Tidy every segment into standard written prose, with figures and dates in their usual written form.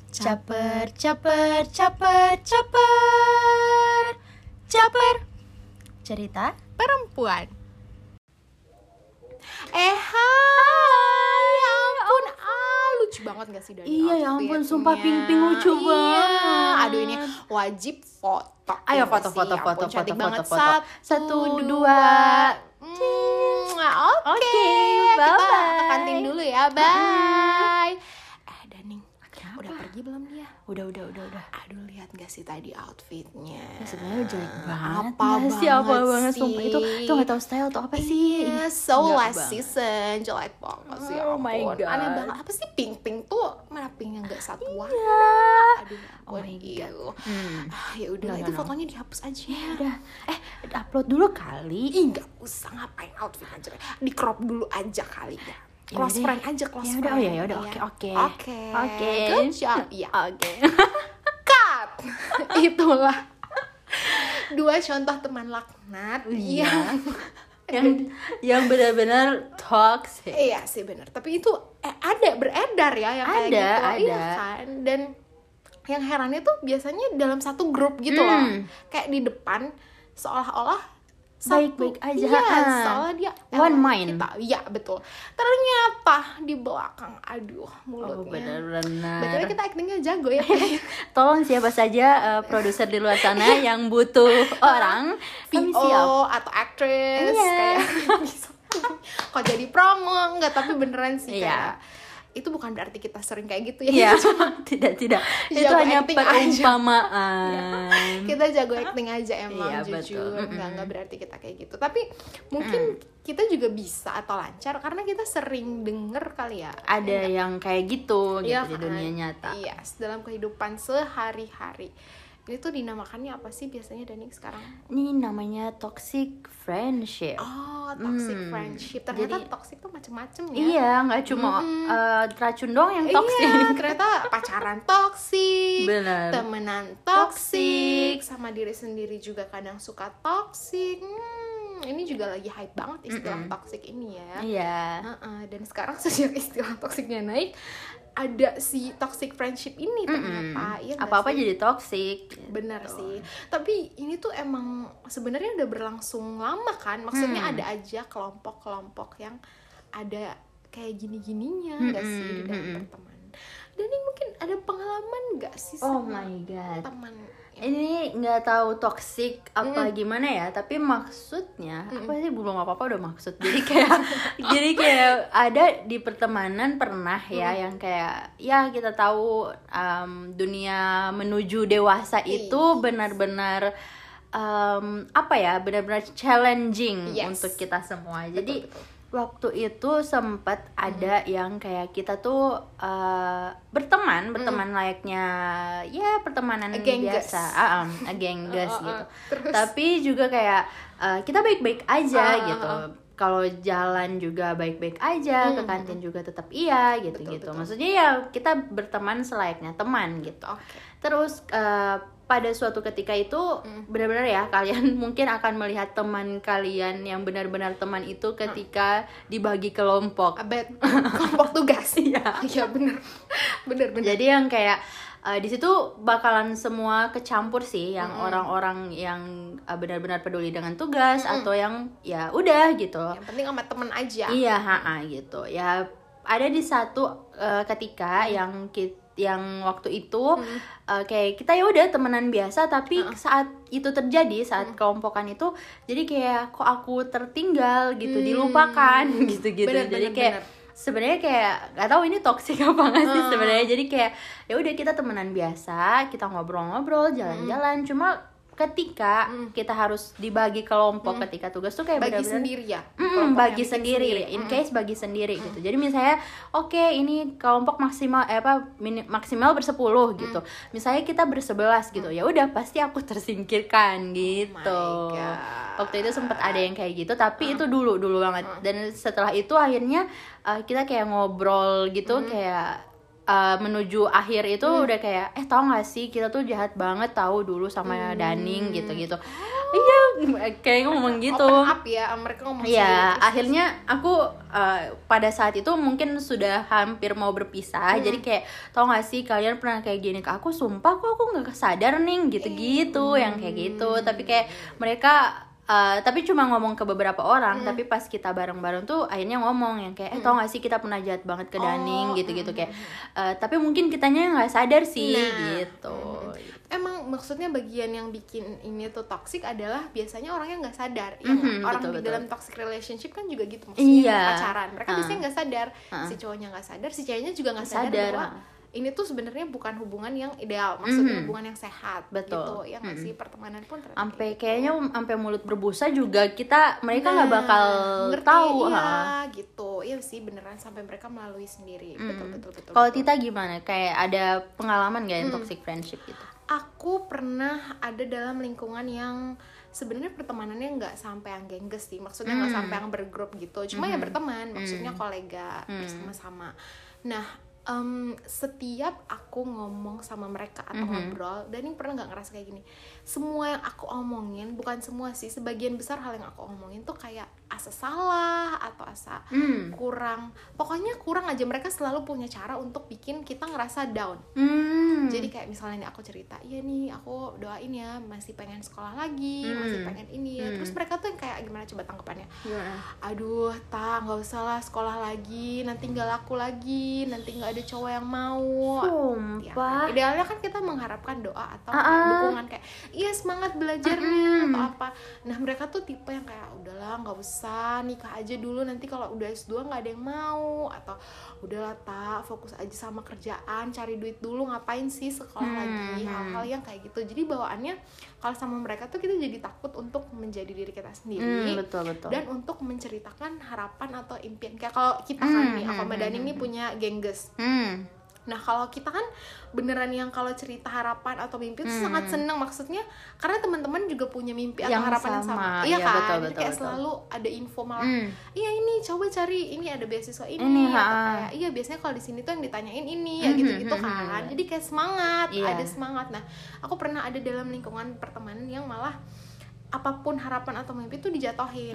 Caper, caper, caper, caper, caper. Cerita perempuan. hai. Ya ampun, lucu banget gak sih Dani? Iya ya ampun, sumpah Ping lucu banget. Aduh, ini wajib foto. Ayo Ini foto. cantik banget. Satu, dua. Oke, bye-bye. kita ke kantin dulu ya, bye. Daning, udah pergi belum dia? Udah. Aduh, lihat gak sih tadi outfitnya? Sebenarnya jelek banget. Apa banget sih? Sumpah itu nggak tahu style atau apa sih? Iya, so last season jelek banget sih. Oh my God. Aneh banget. Apa sih pink tuh? Mana pink yang nggak satu warna? Aduh, Oh my God. Ya udah, itu fotonya dihapus aja. Udah. Upload dulu kali. Ih, nggak usah, ngapain outfit aja. Di crop dulu aja kali ya. Close friend aja, close friend. Ya udah, oke. Good job. Iya. Oke. Cut. Itulah dua contoh teman laknat. Iya. yang benar-benar toxic. Iya sih, benar. Tapi itu ada beredar ya yang kayak gitu. Ada. Iya kan. Dan yang herannya tuh biasanya dalam satu grup gitu loh. Kayak di depan seolah-olah Baik-baik aja. Iya, soalnya dia one mind. kita. Iya, betul. Ternyata di belakang, aduh, mulutnya. Benar-benar. Betul, kita actingnya jago ya. Tolong siapa saja produser di luar sana yang butuh orang, kami siap. VO atau actress. Iya. Kayak bisa. Kok jadi promo? Enggak, tapi beneran sih. Iya. Kayak itu bukan berarti kita sering kayak gitu ya. Iya, tidak. Itu Jago hanya acting perumpamaan. Kita jago acting aja emang, Iya, jujur. betul. Nggak berarti kita kayak gitu. Tapi mungkin kita juga bisa atau lancar karena kita sering denger kali ya. Ada yang kayak gitu Iya di kan? dunia nyata. Iya, dalam kehidupan sehari-hari. Ini tuh dinamakannya apa sih biasanya, Danik, sekarang? Ini namanya toxic friendship. Oh, toxic friendship. Ternyata Jadi- toxic tuh macem-macem ya. Iya, nggak cuma racun doang yang toxic. Iya, ternyata pacaran toksik, Benar. temenan toksik, sama diri sendiri juga kadang suka toksik. Ini juga lagi hype banget istilah toksik ini ya. Iya. Dan sekarang sejak istilah toksiknya naik, ada si toxic friendship ini ternyata. Iya nggak Apa-apa sih? jadi toxic. Benar sih. Tapi ini tuh emang sebenarnya udah berlangsung lama kan. Maksudnya ada aja kelompok-kelompok yang ada kayak gini-gininya nggak sih di dalam pertemanan. Dan ini mungkin ada pengalaman nggak sih Oh sama my God. teman? Ini nggak tahu toxic apa gimana ya, tapi maksudnya apa sih, belum apa-apa udah maksud. Jadi kayak ada di pertemanan pernah ya yang kayak ya kita tahu dunia menuju dewasa itu benar-benar apa ya, benar-benar challenging untuk kita semua. Jadi waktu itu sempat ada yang kayak kita tuh berteman layaknya ya pertemanan biasa, gengges gitu. Tapi juga kayak kita baik-baik aja gitu. Kalau jalan juga baik-baik aja, ke kantin juga tetap iya gitu. Maksudnya ya kita berteman selayaknya teman gitu. Terus pada suatu ketika itu benar-benar ya kalian mungkin akan melihat teman kalian yang benar-benar teman itu ketika dibagi kelompok. Kelompok tugas. Iya benar. Jadi yang kayak di situ bakalan semua kecampur sih, yang orang-orang yang benar-benar peduli dengan tugas atau yang ya udah gitu. Yang penting sama temen aja. Iya, gitu. Ya ada di satu ketika yang waktu itu kayak kita ya udah temenan biasa, tapi saat itu terjadi, saat kelompokan itu, jadi kayak kok aku tertinggal gitu, dilupakan gitu. Jadi kayak sebenarnya kayak nggak tahu ini toksik apa nggak sih sebenarnya. Jadi kayak ya udah kita temenan biasa, kita ngobrol-ngobrol, jalan-jalan, cuma ketika kita harus dibagi kelompok ketika tugas tuh kayak bagi benar-benar sendiri ya. bagi sendiri, in case bagi sendiri gitu. Jadi misalnya oke, ini kelompok maksimal maksimal bersepuluh gitu. Misalnya kita bersebelas gitu. Ya udah pasti aku tersingkirkan gitu. Waktu itu sempat ada yang kayak gitu, tapi itu dulu banget. Dan setelah itu akhirnya kita kayak ngobrol gitu, kayak menuju akhir itu udah kayak tau gak sih kita tuh jahat banget tahu dulu sama Daning gitu-gitu. Iya, kayak ngomong gitu. Open up ya, mereka ngomong iya, akhirnya aku pada saat itu mungkin sudah hampir mau berpisah. Jadi kayak tau gak sih kalian pernah kayak gini ke aku, sumpah kok aku gak sadar nih gitu-gitu, yang kayak gitu. Tapi kayak mereka tapi cuma ngomong ke beberapa orang, tapi pas kita bareng-bareng tuh akhirnya ngomong yang kayak tau gak sih kita pernah jahat banget ke Daning gitu-gitu kayak tapi mungkin kitanya nggak sadar sih gitu. Emang maksudnya bagian yang bikin ini tuh toxic adalah biasanya orangnya nggak sadar. Orang betul, di dalam toxic relationship kan juga gitu, maksudnya pacaran mereka biasanya nggak sadar, si cowoknya nggak sadar, si ceweknya juga nggak sadar bahwa ini tuh sebenarnya bukan hubungan yang ideal, maksudnya hubungan yang sehat. Betul. Gitu ya nggak sih, pertemanan pun sampai kayaknya sampai mulut berbusa juga mereka nggak bakal tahu. Iya gitu, iya sih beneran sampai mereka melalui sendiri. Betul. Kalau Tita gimana, kayak ada pengalaman gak yang toxic friendship gitu? Aku pernah ada dalam lingkungan yang sebenarnya pertemanannya nggak sampai yang gengges sih, maksudnya nggak sampai yang bergrup gitu, cuma ya berteman, maksudnya kolega bersama-sama. Nah setiap aku ngomong sama mereka atau ngobrol, dan ini pernah nggak ngerasa kayak gini, semua yang aku omongin, bukan semua sih, sebagian besar hal yang aku omongin tuh kayak asa salah atau asa kurang, pokoknya kurang aja. Mereka selalu punya cara untuk bikin kita ngerasa down. Jadi kayak misalnya nih aku cerita, iya nih aku doain ya masih pengen sekolah lagi, masih pengen ini ya, terus mereka tuh yang kayak gimana coba tanggapannya, aduh nggak usah lah sekolah lagi, nanti nggak laku lagi, nanti nggak ada cowok yang mau. Sumpah. Ya, idealnya kan kita mengharapkan doa atau dukungan kayak iya semangat belajarnya atau apa. Nah mereka tuh tipe yang kayak udahlah nggak usah, nikah aja dulu, nanti kalau udah S2 nggak ada yang mau, atau udahlah fokus aja sama kerjaan, cari duit dulu, ngapain sih sekolah lagi, hal-hal yang kayak gitu. Jadi bawaannya kalau sama mereka tuh kita jadi takut untuk menjadi diri kita sendiri. Betul. Dan untuk menceritakan harapan atau impian. Kayak kalau kita kan nih, aku sama Daning nih punya gengges. Nah kalau kita kan beneran yang kalau cerita harapan atau mimpi itu sangat seneng, maksudnya karena teman-teman juga punya mimpi atau harapan yang sama. Iya kan, betul, kayak selalu ada info malah, iya ini coba cari ini ada beasiswa ini atau kayak iya biasanya kalau di sini tuh yang ditanyain ini ya gitu-gitu kan. Jadi kayak semangat, ada semangat. Nah aku pernah ada dalam lingkungan pertemanan yang malah apapun harapan atau mimpi itu dijatohin.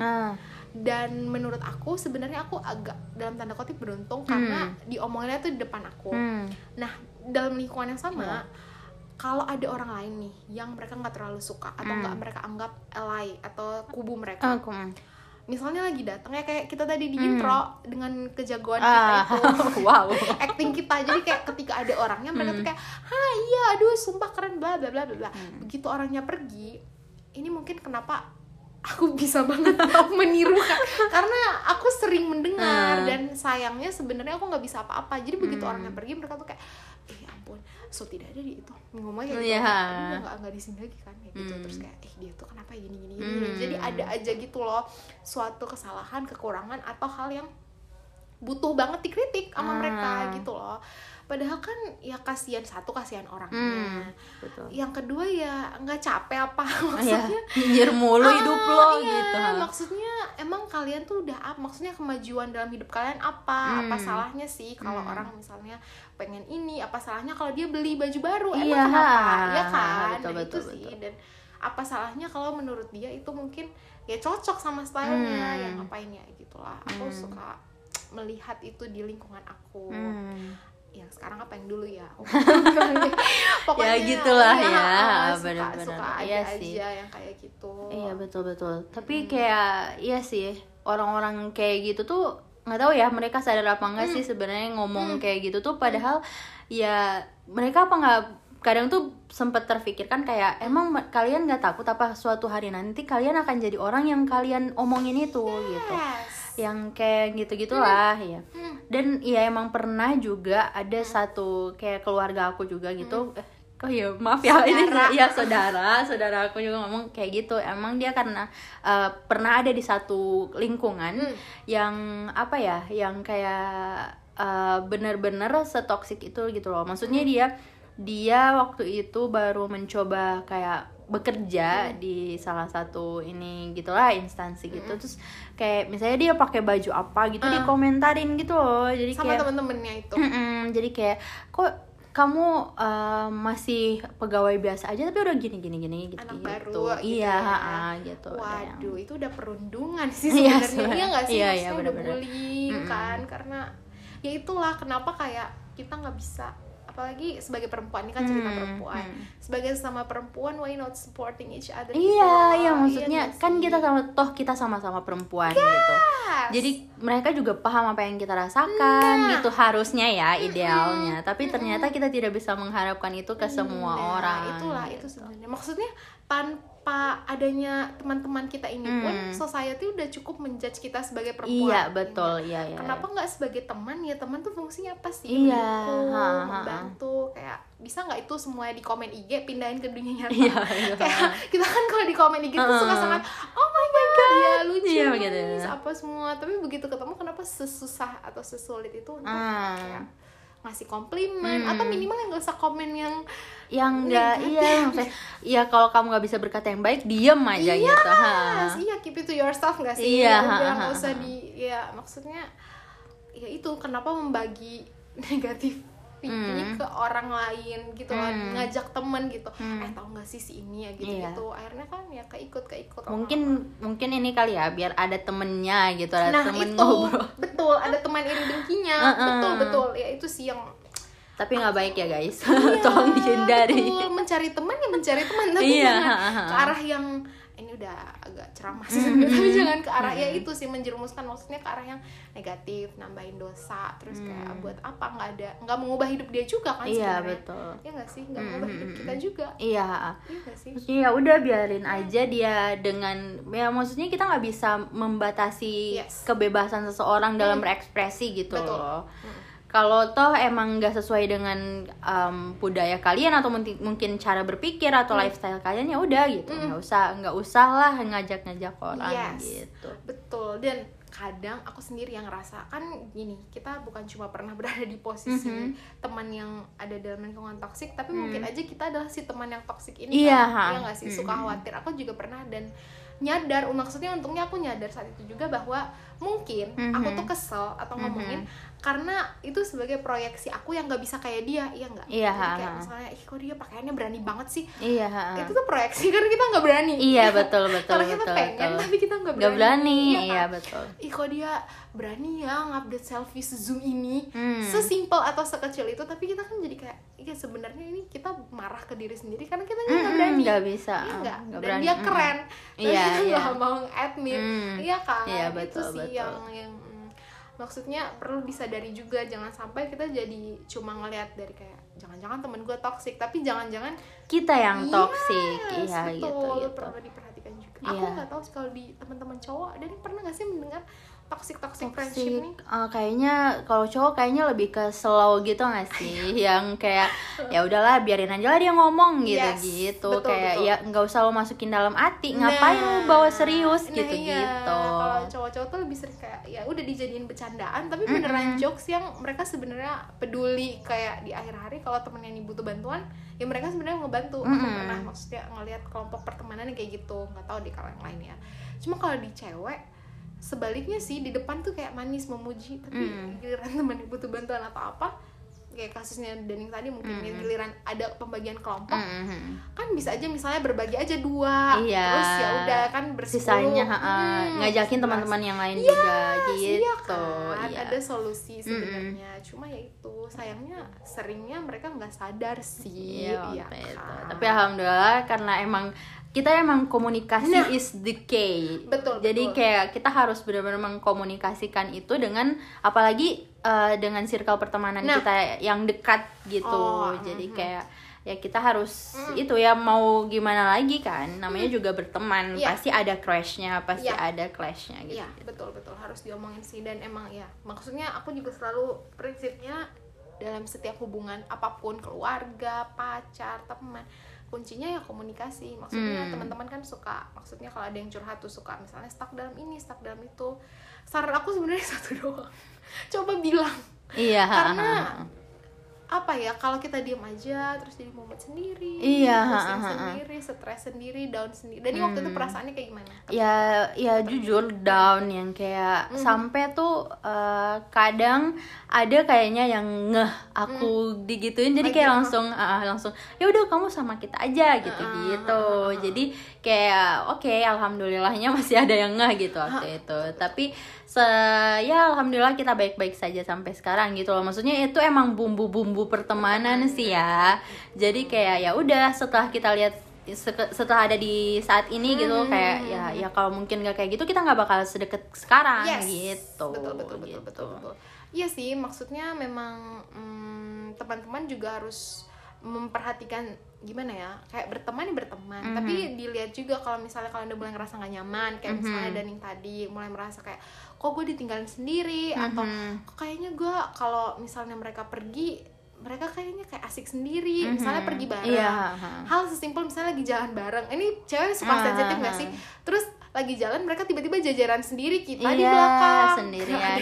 Dan menurut aku sebenarnya aku agak dalam tanda kutip beruntung karena diomonginnya tuh di depan aku. Nah dalam lingkungan yang sama, kalau ada orang lain nih yang mereka nggak terlalu suka atau nggak mereka anggap ally atau kubu mereka, misalnya lagi datang ya kayak kita tadi di intro dengan kejagoan kita itu, acting kita, jadi kayak ketika ada orangnya mereka tuh kayak, iya aduh sumpah keren bla bla bla bla. Begitu orangnya pergi, ini mungkin kenapa aku bisa banget menirukan karena aku sering mendengar dan sayangnya sebenarnya aku nggak bisa apa-apa. Jadi begitu orangnya pergi mereka tuh kayak ampun, so tidak ada di itu ngomongnya gitu, nggak di sini lagi kan gitu. Terus kayak dia tuh kenapa gini. Jadi ada aja gitu loh suatu kesalahan, kekurangan atau hal yang butuh banget dikritik sama mereka gitu loh. Padahal kan ya kasihan orangnya. Betul. Yang kedua ya nggak capek apa maksudnya nyinyir mulu hidup lo gitu. Maksudnya emang kalian tuh udah maksudnya kemajuan dalam hidup kalian apa salahnya sih kalau orang misalnya pengen ini, apa salahnya kalau dia beli baju baru, emang kenapa ya kan. Betul. Sih dan apa salahnya kalau menurut dia itu mungkin ya cocok sama stylenya, yang ngapain ya gitulah. Aku suka melihat itu di lingkungan aku. Yang sekarang apa yang dulu ya? Pokoknya ya gitulah suka ada aja yang kayak gitu. Iya betul. Tapi kayak iya sih, orang-orang kayak gitu tuh nggak tahu ya mereka sadar apa enggak sih sebenarnya ngomong kayak gitu tuh, padahal ya mereka apa nggak kadang tuh sempat terfikirkan kayak emang kalian nggak takut apa suatu hari nanti kalian akan jadi orang yang kalian omongin itu gitu, yang kayak gitu-gitulah ya. Dan ya emang pernah juga ada satu kayak keluarga aku juga gitu, kok ya maaf ya saudara. Ini ya saudara aku juga ngomong kayak gitu. Emang dia karena pernah ada di satu lingkungan yang apa ya, yang kayak bener-bener setoksik itu gitu loh. Maksudnya dia waktu itu baru mencoba kayak bekerja di salah satu ini gitulah instansi gitu, terus kayak misalnya dia pakai baju apa gitu dikomentarin gitu loh, jadi sama kayak temen-temennya itu. jadi kayak kok kamu masih pegawai biasa aja tapi udah gini gitu. Anak baru gitu iya ya. gitu. Waduh, itu udah perundungan sih Iya, sebenarnya. Iya nggak sih? iya, Maksudnya udah bener-bener. bullying kan, karena ya itulah kenapa kayak kita nggak bisa, apalagi sebagai perempuan, ini kan cerita perempuan, sebagai sesama perempuan, why not supporting each other gitu loh. Iya maksudnya nggak kan sih? kita sama-sama perempuan gitu. Jadi mereka juga paham apa yang kita rasakan gitu harusnya ya idealnya. Tapi ternyata kita tidak bisa mengharapkan itu ke semua orang. Itulah itu sebenarnya. Maksudnya tanpa adanya teman-teman kita ini pun society udah cukup menjudge kita sebagai perempuan. Iya betul, iya. Kenapa nggak sebagai teman ya? Teman tuh fungsinya apa sih? Iya, Mendukung, membantu, kayak bisa nggak itu semuanya di komen IG pindahin ke dunia nyata? Iya. Kayak kita kan kalau di komen IG tuh suka sangat oh my god, ya lucu, Iya, nice, begitu. apa semua. Tapi begitu ketemu kenapa sesusah atau sesulit itu untuk kayak ngasih komplimen atau minimal yang nggak usah komen yang enggak, iya maksudnya ya kalau kamu nggak bisa berkata yang baik diem aja gitu. Iya, keep it to yourself nggak sih? Iya, Ya udah nggak usah ya maksudnya ya itu kenapa membagi negatif ini ke orang lain gitu loh, ngajak temen gitu, tahu nggak sih si ini ya gitu, akhirnya kan ya keikut mungkin ini kali ya biar ada temennya gitu, ada temen itu ngobrol. betul, ada teman iri dengkinya. betul ya itu sih yang tapi nggak baik ya guys. Tolong dihindari. betul, mencari teman ya mencari teman, tapi jangan ke arah yang ini udah agak ceramah sih sebenarnya, tapi jangan ke arah ya itu sih menjerumuskan, maksudnya ke arah yang negatif, nambahin dosa, terus kayak buat apa, nggak mengubah hidup dia juga kan iya sebenarnya. betul Ya nggak sih, nggak mengubah hidup kita juga. iya Nggak sih. maksudnya ya udah biarin aja dia dengan ya maksudnya kita nggak bisa membatasi kebebasan seseorang dalam berekspresi gitu Betul. loh. Kalau toh emang nggak sesuai dengan budaya kalian atau mungkin cara berpikir atau lifestyle kalian ya udah gitu, nggak usah lah ngajak orang gitu. Betul. Dan kadang aku sendiri yang ngerasa kan gini, kita bukan cuma pernah berada di posisi teman yang ada dalam lingkungan toksik, tapi mungkin aja kita adalah si teman yang toksik ini kan. Iya nggak sih, suka khawatir. Aku juga pernah dan nyadar, maksudnya untungnya aku nyadar saat itu juga bahwa mungkin aku tuh kesel atau ngomongin karena itu sebagai proyeksi aku yang nggak bisa kayak dia, iya nggak? Iya. Jadi kayak misalnya, kok dia pakaiannya berani banget sih? Iya. Itu tuh proyeksi karena kita nggak berani. Iya betul. Karena kita pengen tapi kita nggak Nggak berani. Iya Iya betul. Kok dia berani ya ngupdate selfie se-zoom ini, sesimpel atau sekecil itu, tapi kita kan jadi kayak, iya sebenarnya ini kita marah ke diri sendiri karena kita nggak berani. Nggak bisa. Iya nggak? Nggak Dan berani. dia keren. Iya. Tapi kita nggak mau admit. Iya kan? Iya, Itu betul, sih betul. yang maksudnya perlu disadari juga, jangan sampai kita jadi cuma ngelihat dari kayak jangan-jangan temen gue toksik, tapi jangan-jangan kita yang toksik. Iya betul, gitu. perlu diperhatikan juga. Iya. Aku nggak tahu sih kalau di teman-teman cowok, dan pernah nggak sih mendengar toxic friendship nih? Kayaknya kalau cowok kayaknya lebih ke slow gitu nggak sih? Yang kayak ya udahlah biarin aja lah dia ngomong gitu. Betul, Kayak betul. ya nggak usah lo masukin dalam hati. Ngapain lo bawa serius gitu. Kalau cowok-cowok tuh lebih sering kayak ya udah dijadiin bercandaan, tapi beneran jokes yang mereka sebenarnya peduli, kayak di akhir hari kalau temennya ini butuh bantuan ya mereka sebenarnya ngebantu. Aku pernah maksudnya ngelihat kelompok pertemanan yang kayak gitu, nggak tahu di kalangan lain ya. Cuma kalau di cewek sebaliknya sih, di depan tuh kayak manis memuji, tapi giliran temennya butuh bantuan atau apa, kayak kasusnya Daning tadi mungkin giliran ada pembagian kelompok kan bisa aja misalnya berbagi aja 2, terus ya udah kan sisanya ngajakin teman-teman yang lain juga gitu. Iya kan, ada solusi sebenarnya. Cuma ya itu sayangnya seringnya mereka nggak sadar sih. Iya kan? Tapi alhamdulillah karena kita emang komunikasi is the key. Betul. Jadi kayak kita harus benar-benar mengkomunikasikan itu dengan apalagi dengan circle pertemanan kita yang dekat gitu. Jadi kayak ya kita harus itu ya, mau gimana lagi kan, namanya juga berteman, pasti ada crashnya, pasti ada clashnya gitu. Iya, betul harus diomongin sih. Dan emang ya maksudnya aku juga selalu prinsipnya dalam setiap hubungan apapun, keluarga, pacar, teman, kuncinya ya komunikasi. Maksudnya teman-teman kan suka, maksudnya kalau ada yang curhat tuh suka misalnya stuck dalam ini, stuck dalam itu. Saran aku sebenarnya satu doang, coba bilang. Iya. Karena apa ya, kalau kita diam aja terus jadi mumet sendiri, Iya, pusing sendiri, stres sendiri, down sendiri. Dan waktu itu perasaannya kayak gimana? Ya jujur down yang kayak sampai tuh kadang ada kayaknya yang ngeh aku digituin, jadi kayak langsung ya udah kamu sama kita aja gitu. Jadi kayak oke, alhamdulillahnya masih ada yang ngeh gitu waktu itu. Tapi ya alhamdulillah kita baik-baik saja sampai sekarang gitu loh. Maksudnya itu emang bumbu-bumbu pertemanan sih ya. Jadi kayak ya udah, setelah kita lihat, setelah ada di saat ini gitu, kayak ya kalau mungkin nggak kayak gitu kita nggak bakal sedekat sekarang gitu. Betul. Iya sih, maksudnya memang teman-teman juga harus memperhatikan gimana ya, kayak berteman, tapi dilihat juga kalau misalnya kalian udah mulai ngerasa gak nyaman, kayak misalnya Daning tadi mulai merasa kayak kok gue ditinggalin sendiri, atau kok kayaknya gue kalau misalnya mereka pergi, mereka kayaknya kayak asik sendiri, misalnya pergi bareng, hal sesimpel misalnya lagi jalan bareng, ini cewek suka sensitif gak sih, terus lagi jalan mereka tiba-tiba jajaran sendiri, kita di belakang sendirian,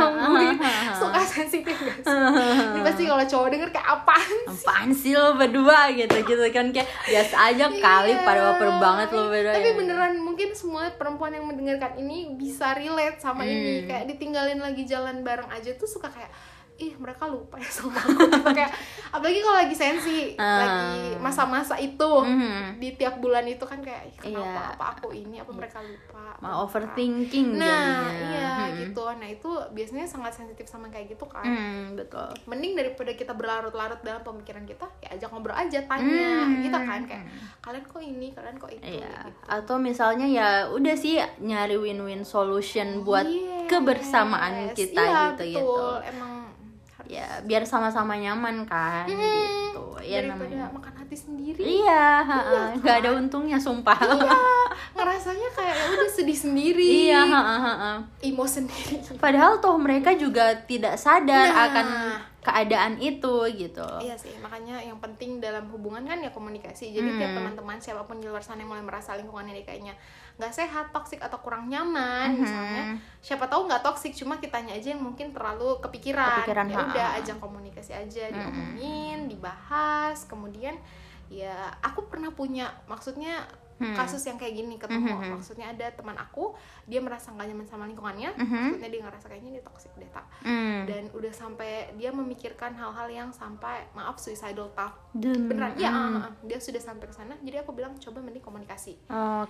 suka sensitif gak sih? Ini pasti kalau cowok denger kayak apaan sih lo berdua gitu kan, kayak biasa aja kali, pada baper banget lo berdua. Tapi beneran mungkin semua perempuan yang mendengarkan ini bisa relate sama ini, kayak ditinggalin lagi jalan bareng aja tuh suka kayak ih mereka lupa ya sama aku gitu. Kayak apalagi kalau lagi sensi, lagi masa-masa itu di tiap bulan itu kan kayak kenapa apa aku ini, apa mereka lupa, overthinking jadinya. Gitu. Nah itu biasanya sangat sensitif sama kayak gitu kan. Betul. Mending daripada kita berlarut-larut dalam pemikiran kita, ya ajak ngobrol aja, tanya kita kan kayak kalian kok ini, kalian kok itu gitu. Atau misalnya ya udah sih nyari win-win solution buat kebersamaan kita gitu. Emang ya biar sama-sama nyaman kan gitu ya, daripada namanya makan hati sendiri. Nggak ada untungnya sumpah. Ngerasanya kayak ya udah sedih sendiri, emo sendiri, padahal toh mereka juga tidak sadar akan keadaan itu gitu. Iya sih, makanya yang penting dalam hubungan kan ya komunikasi. Jadi tiap teman-teman siapapun di luar sana yang mulai merasa lingkungannya ini kayaknya nggak sehat, toksik atau kurang nyaman, misalnya siapa tahu nggak toksik, cuma kitanya aja yang mungkin terlalu kepikiran. Ya udah, ajak komunikasi aja, diomongin, dibahas. Kemudian ya aku pernah punya, maksudnya kasus yang kayak gini ketemu, maksudnya ada teman aku, dia merasa nggak nyaman sama lingkungannya, maksudnya dia ngerasa kayaknya dia toxic data, dan udah sampai dia memikirkan hal-hal yang sampai suicidal thought, beneran dia sudah sampai ke sana. Jadi aku bilang coba mending komunikasi.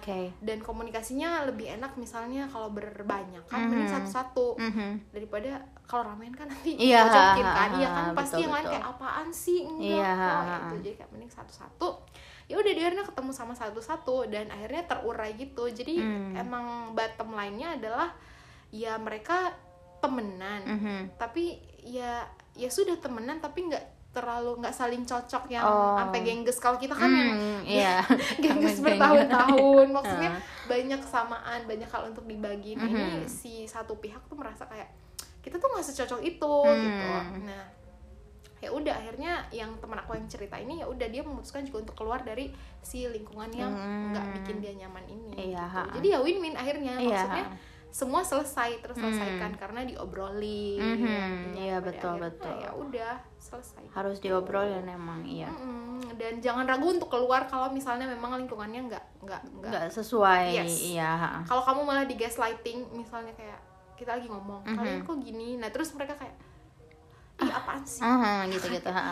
Dan komunikasinya lebih enak misalnya kalau berbanyak kan, mending satu-satu daripada kalau ramean kan nanti pojokin kan, kan pasti yang lain kayak apaan sih, enggak itu. Jadi kayak mending satu-satu. Ya udah, dia akhirnya ketemu sama satu-satu dan akhirnya terurai gitu. Jadi emang bottom line-nya adalah ya mereka temenan, tapi ya sudah temenan tapi nggak saling cocok yang sampai gengges. Kalau kita kan yang gengges bertahun-tahun, maksudnya banyak kesamaan, banyak hal untuk dibagi. Nah ini si satu pihak tuh merasa kayak kita tuh nggak secocok itu gitu. Nah ya udah, akhirnya yang teman aku yang cerita ini ya udah dia memutuskan juga untuk keluar dari si lingkungan yang nggak bikin dia nyaman ini gitu. Jadi ya win-win akhirnya, maksudnya semua terselesaikan karena diobrolin. Betul. Ya udah selesai, harus diobrolin emang. Dan jangan ragu untuk keluar kalau misalnya memang lingkungannya nggak sesuai. Kalau kamu malah di gaslighting, misalnya kayak kita lagi ngomong, kalian kok gini, nah terus mereka kayak ih apaan sih gitu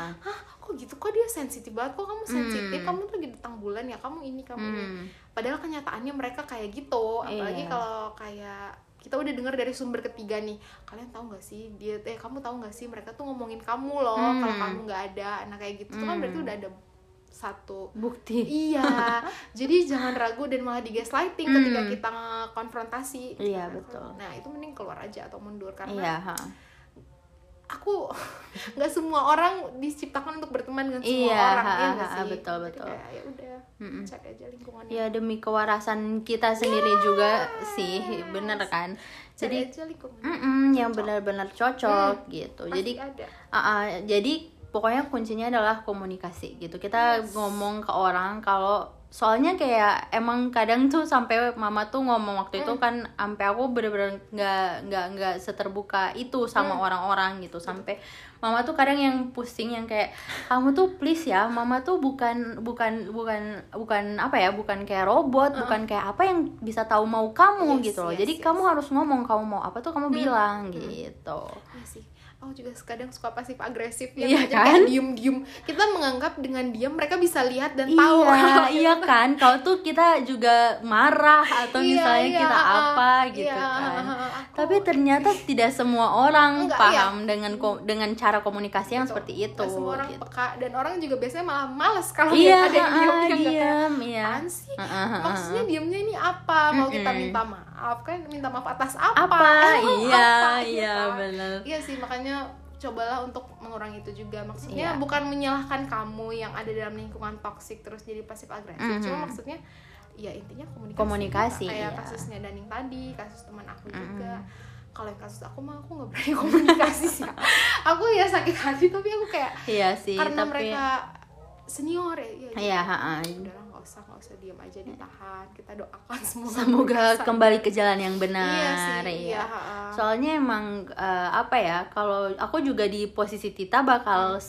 kok gitu, kok dia sensitif banget, kok kamu sensitif, kamu tuh lagi datang bulan ya, kamu ini padahal kenyataannya mereka kayak gitu. Apalagi kalau kayak kita udah dengar dari sumber ketiga nih, kalian tahu nggak sih dia kamu tahu nggak sih mereka tuh ngomongin kamu loh kalau kamu nggak ada. Nah kayak gitu tuh kan berarti udah ada satu bukti. Jadi jangan ragu dan malah di gaslighting ketika kita konfrontasi. Betul. Nah itu mending keluar aja atau mundur, karena aku nggak semua orang diciptakan untuk berteman dengan semua orang, betul. Ya udah, cari aja lingkungannya. Ya demi kewarasan kita sendiri juga sih, bener kan. Jadi aja lingkungan yang benar-benar cocok gitu. Jadi jadi pokoknya kuncinya adalah komunikasi gitu. Kita ngomong ke orang kalau soalnya kayak emang kadang tuh sampai mama tuh ngomong waktu itu kan, sampai aku bener-bener nggak seterbuka itu sama orang-orang gitu, sampai mama tuh kadang yang pusing, yang kayak kamu tuh please ya, mama tuh bukan apa ya, bukan kayak robot, bukan kayak apa yang bisa tahu mau kamu gitu loh. Jadi kamu harus ngomong kamu mau apa tuh kamu bilang gitu. Iya sih. Aku juga kadang suka pasif agresif ya, iya kan? Kayak diem. Kita menganggap dengan diam mereka bisa lihat dan tahu. Iya kan, kalau tuh kita juga marah atau misalnya kita apa gitu kan. Tapi ternyata tidak semua orang paham dengan cara komunikasi yang seperti itu. Gak semua orang peka, dan orang juga biasanya malah males kalau ada yang diam. Apaan sih? Maksudnya diamnya ini apa? Mau kita minta maaf kan? Minta maaf atas apa? Iya benar. Iya sih, makanya cobalah untuk mengurangi itu juga. Maksudnya bukan menyalahkan kamu yang ada dalam lingkungan toksik terus jadi pasif agresif. Cuma maksudnya ya intinya komunikasi. Kayak kasusnya Daning tadi, kasus teman aku juga. Kalau yang kasus aku mah aku nggak berani komunikasi sih. Aku ya sakit hati, tapi aku kayak karena mereka senior ya. Udahlah, nggak usah diam aja, ditahan. Kita doakan semoga kembali ke jalan yang benar. Iya. Soalnya emang apa ya, kalau aku juga di posisi Tita bakal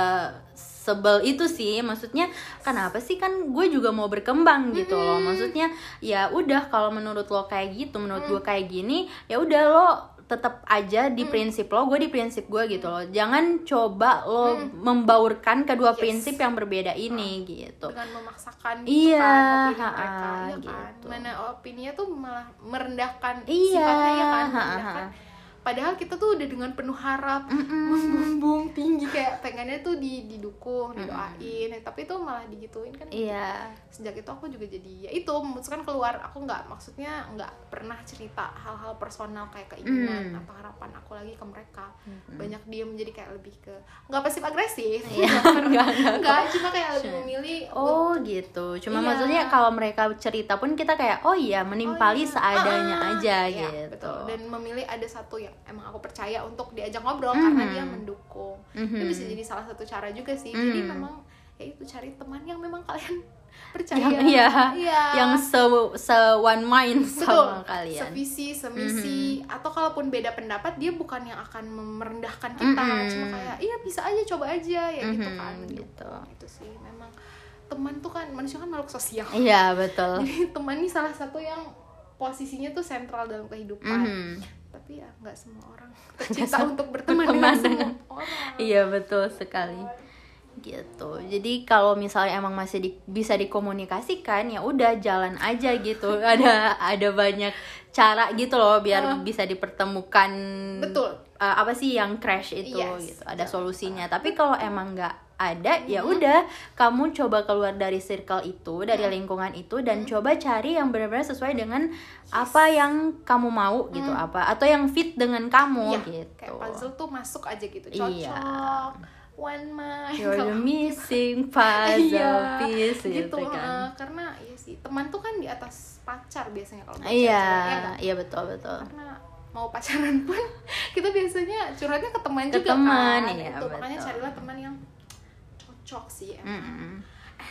sebel itu sih. Maksudnya kenapa sih, kan gue juga mau berkembang gitu loh. Maksudnya ya udah, kalau menurut lo kayak gitu, menurut gue kayak gini, ya udah lo tetap aja di prinsip lo, gue di prinsip gue gitu loh. Jangan coba lo membaurkan kedua prinsip yang berbeda ini gitu. Dengan memaksakan opini mereka, gitu. Kan? Mana opininya tuh malah merendahkan sifatnya ya kan, merendahkan. Padahal kita tuh udah dengan penuh harap, membumbung tinggi, kayak pengennya tuh didukung, didoain, tapi itu malah digituin kan. Iya. Sejak itu aku juga jadi ya itu memutuskan keluar. Aku maksudnya nggak pernah cerita hal-hal personal kayak keinginan atau harapan aku lagi ke mereka. Banyak dia menjadi kayak lebih ke nggak pasif agresif, nggak, cuma kayak lebih memilih. Gitu. Cuma maksudnya kalau mereka cerita pun kita kayak menimpali seadanya aja gitu. Betul. Dan memilih ada satu yang emang aku percaya untuk diajak ngobrol karena dia mendukung. Itu bisa jadi salah satu cara juga sih. Jadi memang ya itu, cari teman yang memang kalian percaya, yang se one mind sama kalian, sevisi, semisi, atau kalaupun beda pendapat dia bukan yang akan merendahkan kita, cuma kayak iya bisa aja, coba aja ya gitu kan. Gitu. Itu sih memang teman tuh kan, manusia kan makhluk sosial. Iya betul. Jadi teman ini salah satu yang posisinya tuh sentral dalam kehidupan. Tapi ya nggak semua orang tercipta untuk berteman dengan semua orang. Iya betul sekali gitu. Jadi kalau misalnya emang masih bisa dikomunikasikan, ya udah jalan aja gitu. Ada banyak cara gitu loh biar bisa dipertemukan. Betul. Apa sih yang crash itu gitu. Ada solusinya. Tapi kalau emang nggak ada, ya udah kamu coba keluar dari circle itu, dari lingkungan itu, dan coba cari yang benar-benar sesuai dengan apa yang kamu mau gitu, apa atau yang fit dengan kamu gitu. Kayak puzzle tuh masuk aja gitu, cocok. One mind. You're the missing puzzle piece gitu kan. Karena ya sih, teman tuh kan di atas pacar biasanya kalau iya betul. Karena mau pacaran pun kita biasanya curhatnya ke teman juga kan. Iya, itu makanya carilah teman yang cocok sih emang.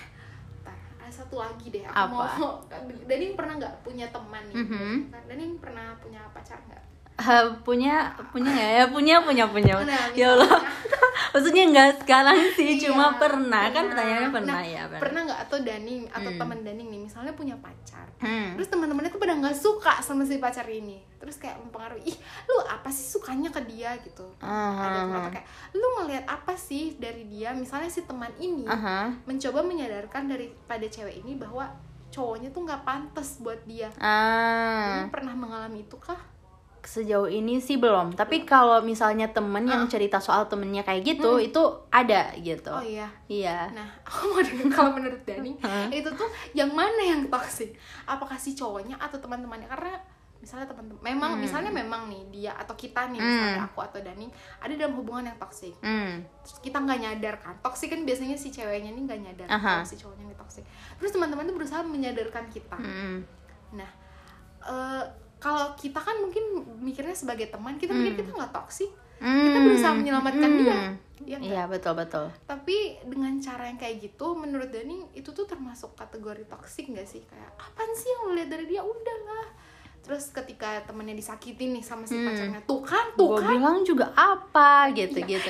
Ada satu lagi deh, aku mau. Daning pernah nggak punya teman nih? Daning pernah punya pacar nggak? Punya nggak ya? Punya. Ya Allah. Maksudnya nggak sekarang sih, cuma pernah. Kan pertanyaannya pernah ya. Pernah nggak, atau Daning atau teman Daning nih misalnya punya pacar, terus teman-temannya tuh pada nggak suka sama si pacar ini, terus kayak mempengaruhi, ih lu apa sih sukanya ke dia gitu. Ada kenapa kayak lu ngelihat apa sih dari dia, misalnya si teman ini mencoba menyadarkan daripada cewek ini bahwa cowoknya tuh nggak pantas buat dia. Lu pernah mengalami itu kah? Sejauh ini sih belum, tapi kalau misalnya temen yang cerita soal temennya kayak gitu, itu ada gitu. Oh iya. Nah, aku mau dengar kalau menurut Daning itu tuh yang mana yang toksik? Apakah si cowoknya atau teman-temannya? Karena misalnya teman-teman, misalnya memang nih dia atau kita nih, misalnya aku atau Daning ada dalam hubungan yang toksik. Terus kita nggak nyadar kan? Toksik kan biasanya si ceweknya nih nggak nyadar kalau si cowoknya ini toksik. Terus teman-teman tuh berusaha menyadarkan kita. Nah, kalau kita kan mungkin mikirnya sebagai teman, kita mikir kita nggak toksik, kita berusaha menyelamatkan dia. Ya iya betul. Tapi dengan cara yang kayak gitu, menurut Dani itu tuh termasuk kategori toksik nggak sih? Kayak apaan sih yang lo lihat dari dia, udahlah. Terus ketika temennya disakitin nih sama si pacarnya, tuh kan gue bilang juga apa gitu ya.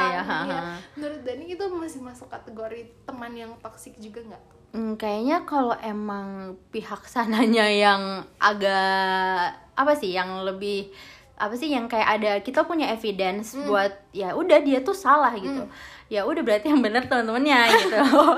Menurut Dani itu masih masuk kategori teman yang toksik juga nggak? Kayaknya kalau emang pihak sananya yang agak apa sih, yang lebih apa sih, yang kayak ada kita punya evidence buat ya udah dia tuh salah gitu, ya udah berarti yang benar teman-temannya gitu.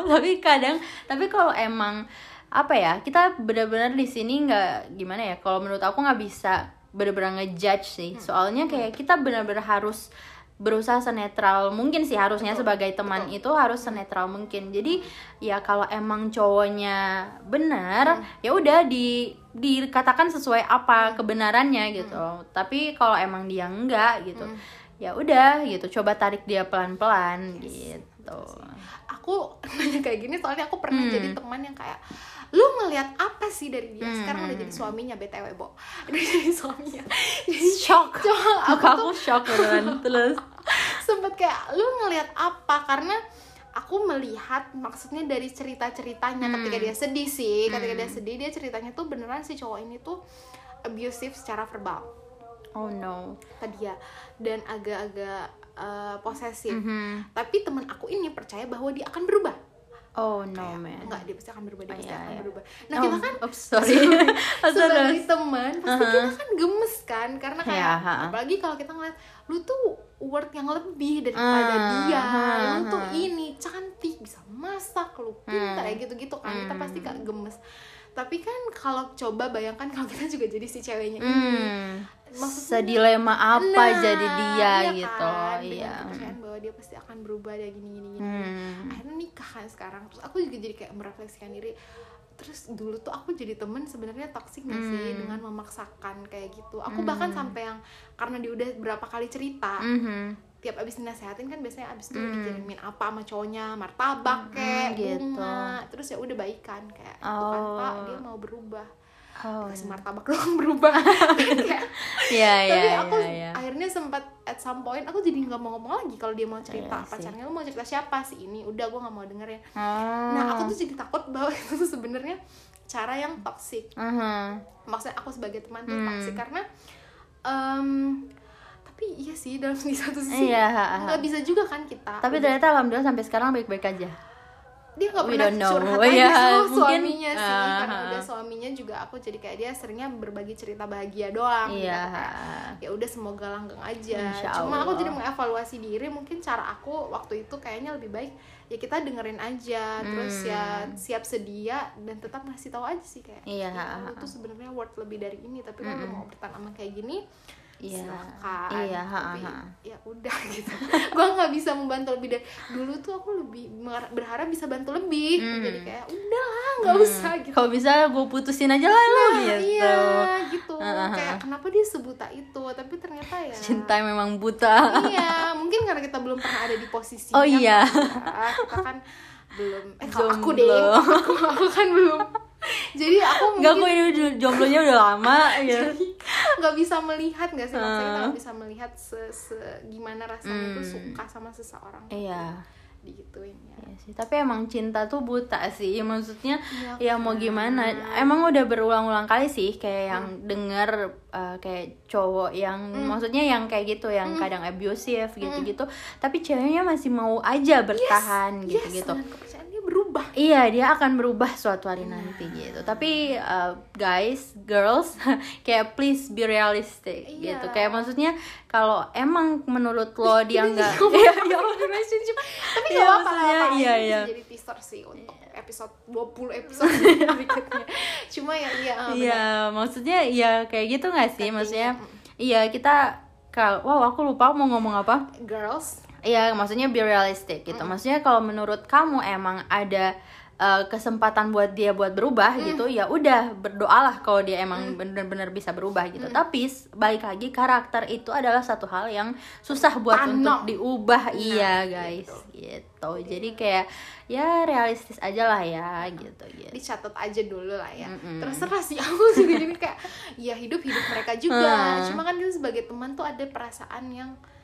tapi kalau emang apa ya, kita benar-benar di sini nggak gimana ya, kalau menurut aku nggak bisa benar-benar ngejudge sih, soalnya kayak kita benar-benar harus berusaha senetral mungkin sih, harusnya sebagai teman itu harus senetral mungkin. Jadi ya kalau emang cowoknya benar ya udah dikatakan sesuai apa kebenarannya gitu. Tapi kalau emang dia enggak gitu, ya udah gitu, coba tarik dia pelan-pelan gitu. Aku nanya kayak gini soalnya aku pernah jadi teman yang kayak, lu ngelihat apa sih dari dia? Sekarang udah jadi suaminya, BTW, Bo. Udah jadi suaminya. Jadi shock. Aku shock beneran. Terus sempet kayak, lu ngelihat apa? Karena aku melihat maksudnya dari cerita-ceritanya ketika dia sedih sih. Ketika dia sedih, dia ceritanya tuh beneran si cowok ini tuh abusive secara verbal. Oh no. Tadi ya. Dan agak-agak posesif. Tapi teman aku ini percaya bahwa dia akan berubah. Oh no kayak, man. Enggak, dia pasti akan berubah, dia pasti akan berubah. Nah kita kan sebagai teman pasti kita kan gemes kan, karena kayak apalagi kalau kita ngeliat lu tuh worth yang lebih daripada dia, lu tuh ini cantik, bisa masak, lu pintar kayak gitu-gitu kan, kita pasti kan gemes. Tapi kan kalau coba bayangkan kalau kita juga jadi si ceweknya ini, maksudnya sedilema apa jadi dia gitu kan? Iya. Kepercayaan bahwa dia pasti akan berubah dia gini. Akhirnya nikah kan sekarang. Terus aku juga jadi kayak merefleksikan diri. Terus dulu tuh aku jadi temen sebenarnya toksik gak sih dengan memaksakan kayak gitu. Aku bahkan sampai yang karena dia udah berapa kali cerita, tiap abis dinasehatin kan biasanya abis itu dikirimin apa sama cowoknya, martabak kayak bunga, terus ya udah baikan kayak itu kan Pak, dia mau berubah. Kasih martabak doang berubah. Tapi aku akhirnya sempat at some point aku jadi nggak mau ngomong lagi kalau dia mau cerita pacarnya, lu mau cerita siapa sih ini, udah gue nggak mau dengerin. Nah aku tuh jadi takut bahwa itu tuh sebenarnya cara yang toksik. Maksudnya aku sebagai teman tuh toksik karena tapi iya sih dalam di satu sisi nggak bisa juga kan kita. Tapi ternyata alhamdulillah sampai sekarang baik-baik aja. Dia nggak pernah curhat aja sama suaminya sih, karena udah suaminya juga aku jadi kayak dia seringnya berbagi cerita bahagia doang. Ya udah semoga langgeng aja. Cuma aku jadi mengevaluasi diri, mungkin cara aku waktu itu kayaknya lebih baik ya kita dengerin aja, terus ya siap sedia dan tetap ngasih tahu aja sih kayak lu tuh sebenarnya worth lebih dari ini, tapi kalau mau bertahan sama kayak gini silakan. Tapi ya udah gitu. Gue nggak bisa membantu lebih dari dulu tuh, aku lebih berharap bisa bantu lebih. Jadi kayak udahlah nggak usah gitu. Kalau bisa gue putusin aja lah lo gitu. Iya gitu. Kayak kenapa dia sebuta itu? Tapi ternyata ya cinta memang buta. Iya, mungkin karena kita belum pernah ada di posisinya. Oh iya. Kita kan belum. Kalau aku kan belum. Jadi aku mungkin aku ini jomblonya udah lama ya. Nggak bisa melihat nggak sih, maksudnya kita nggak bisa melihat gimana rasanya tuh suka sama seseorang. Iya. Digituin ya. Iya sih, tapi emang cinta tuh buta sih, maksudnya ya mau gimana, emang udah berulang-ulang kali sih kayak yang denger kayak cowok yang maksudnya yang kayak gitu, yang kadang abusive gitu-gitu, tapi ceweknya masih mau aja bertahan gitu-gitu. Dengan kepercayaan dia berubah. Iya, dia akan berubah suatu hari nanti gitu. Tapi guys, girls, kayak please be realistic gitu. Kayak maksudnya kalau emang menurut lo dia enggak relationship, tapi nggak apa-apa. Iya. Jadi teaser sih untuk episode 20 episode berikutnya. Cuma iya, maksudnya ya kayak gitu nggak sih? Maksudnya iya, kita aku lupa mau ngomong apa. Girls. Iya, maksudnya be realistic gitu. Maksudnya kalau menurut kamu emang ada kesempatan buat dia buat berubah gitu, ya udah berdoalah kalau dia emang benar-benar bisa berubah gitu. Tapi balik lagi, karakter itu adalah satu hal yang susah buat untuk diubah. Iya guys gitu. Jadi kayak ya realistis aja lah ya gitu. Dicatat aja dulu lah ya. Terserah sih, aku juga jadi kayak ya hidup mereka juga. Cuma kan kita sebagai teman tuh ada perasaan yang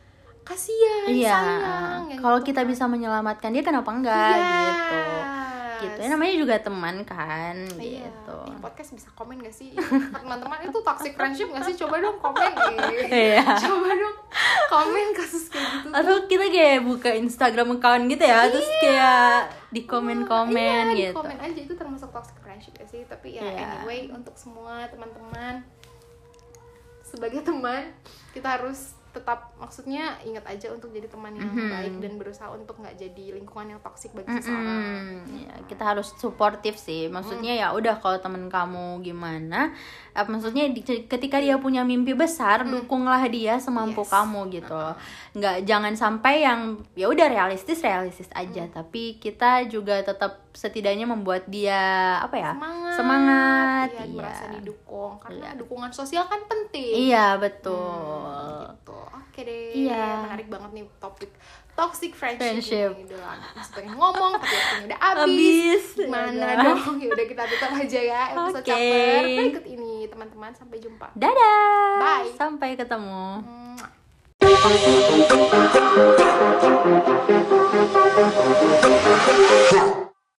kasihan, Iya, sayang yang kalau gitu kita kan. bisa menyelamatkan dia kenapa enggak Yes. gitu ya, namanya juga teman kan Iya, gitu. di podcast bisa komen gak sih? Teman-teman itu toxic friendship gak sih? Coba dong komen Iya. Coba dong komen kasus kayak gitu. Atau kita kayak buka Instagram account gitu ya, terus kayak di komen-komen Iya, gitu. di komen aja, itu termasuk toxic friendship gak sih? Tapi ya Iya. anyway, untuk semua teman-teman, sebagai teman kita harus tetap, maksudnya ingat aja untuk jadi teman yang baik dan berusaha untuk nggak jadi lingkungan yang toksik bagi seseorang. Ya, kita harus suportif sih. Maksudnya ya udah, kalau temen kamu gimana, maksudnya ketika dia punya mimpi besar, dukunglah dia semampu Yes. kamu gitu. Nggak, jangan sampai yang ya udah realistis aja, tapi kita juga tetap setidaknya membuat dia apa ya? Semangat. Ya, Iya. merasa didukung, karena Iya. dukungan sosial kan penting. Iya, betul. Gitu. Oke deh. Iya. Menarik banget nih topik toxic friendship. Friendship. Ini. Udah masih pengen ngomong tapi waktunya udah habis. Habis. Gimana Udah. dong? Ya udah, kita tutup aja ya episode Oke. caper berikut ini, teman-teman. Sampai jumpa. Dadah. Bye. Sampai ketemu. Mwah.